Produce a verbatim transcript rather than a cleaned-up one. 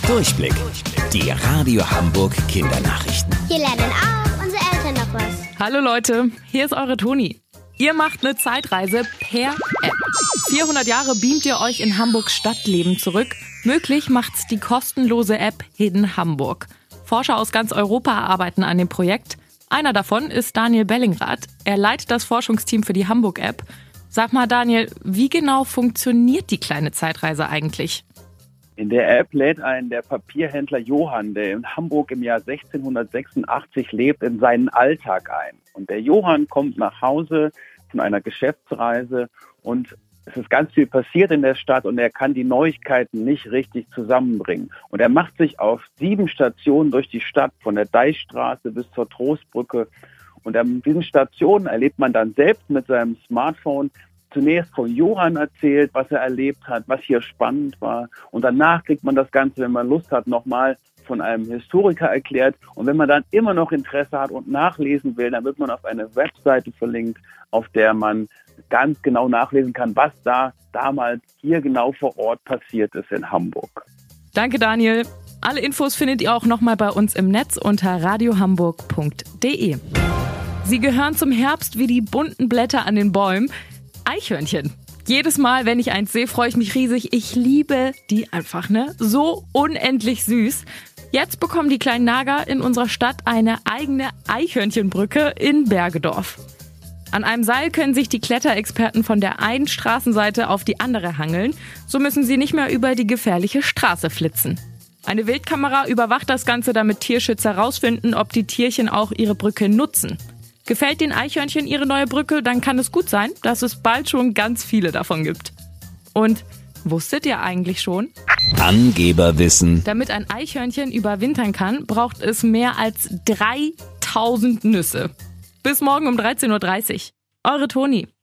Durchblick. Die Radio Hamburg Kindernachrichten. Hier lernen auch unsere Eltern noch was. Hallo Leute, hier ist eure Toni. Ihr macht eine Zeitreise per App. vierhundert Jahre beamt ihr euch in Hamburgs Stadtleben zurück. Möglich macht's die kostenlose App Hidden Hamburg. Forscher aus ganz Europa arbeiten an dem Projekt. Einer davon ist Daniel Bellingrath. Er leitet das Forschungsteam für die Hamburg-App. Sag mal Daniel, wie genau funktioniert die kleine Zeitreise eigentlich? In der App lädt einen der Papierhändler Johann, der in Hamburg im Jahr sechzehnhundertsechsundachtzig lebt, in seinen Alltag ein. Und der Johann kommt nach Hause von einer Geschäftsreise und es ist ganz viel passiert in der Stadt und er kann die Neuigkeiten nicht richtig zusammenbringen. Und er macht sich auf sieben Stationen durch die Stadt, von der Deichstraße bis zur Trostbrücke. Und an diesen Stationen erlebt man dann selbst mit seinem Smartphone zunächst von Johann erzählt, was er erlebt hat, was hier spannend war. Und danach kriegt man das Ganze, wenn man Lust hat, nochmal von einem Historiker erklärt. Und wenn man dann immer noch Interesse hat und nachlesen will, dann wird man auf eine Webseite verlinkt, auf der man ganz genau nachlesen kann, was da damals hier genau vor Ort passiert ist in Hamburg. Danke Daniel. Alle Infos findet ihr auch nochmal bei uns im Netz unter radiohamburg punkt de. Sie gehören zum Herbst wie die bunten Blätter an den Bäumen. Eichhörnchen. Jedes Mal, wenn ich eins sehe, freue ich mich riesig. Ich liebe die einfach, ne? So unendlich süß. Jetzt bekommen die kleinen Nager in unserer Stadt eine eigene Eichhörnchenbrücke in Bergedorf. An einem Seil können sich die Kletterexperten von der einen Straßenseite auf die andere hangeln. So müssen sie nicht mehr über die gefährliche Straße flitzen. Eine Wildkamera überwacht das Ganze, damit Tierschützer herausfinden, ob die Tierchen auch ihre Brücke nutzen. Gefällt den Eichhörnchen ihre neue Brücke, dann kann es gut sein, dass es bald schon ganz viele davon gibt. Und wusstet ihr eigentlich schon? Angeberwissen. Damit ein Eichhörnchen überwintern kann, braucht es mehr als dreitausend Nüsse. Bis morgen um dreizehn Uhr dreißig. Eure Toni.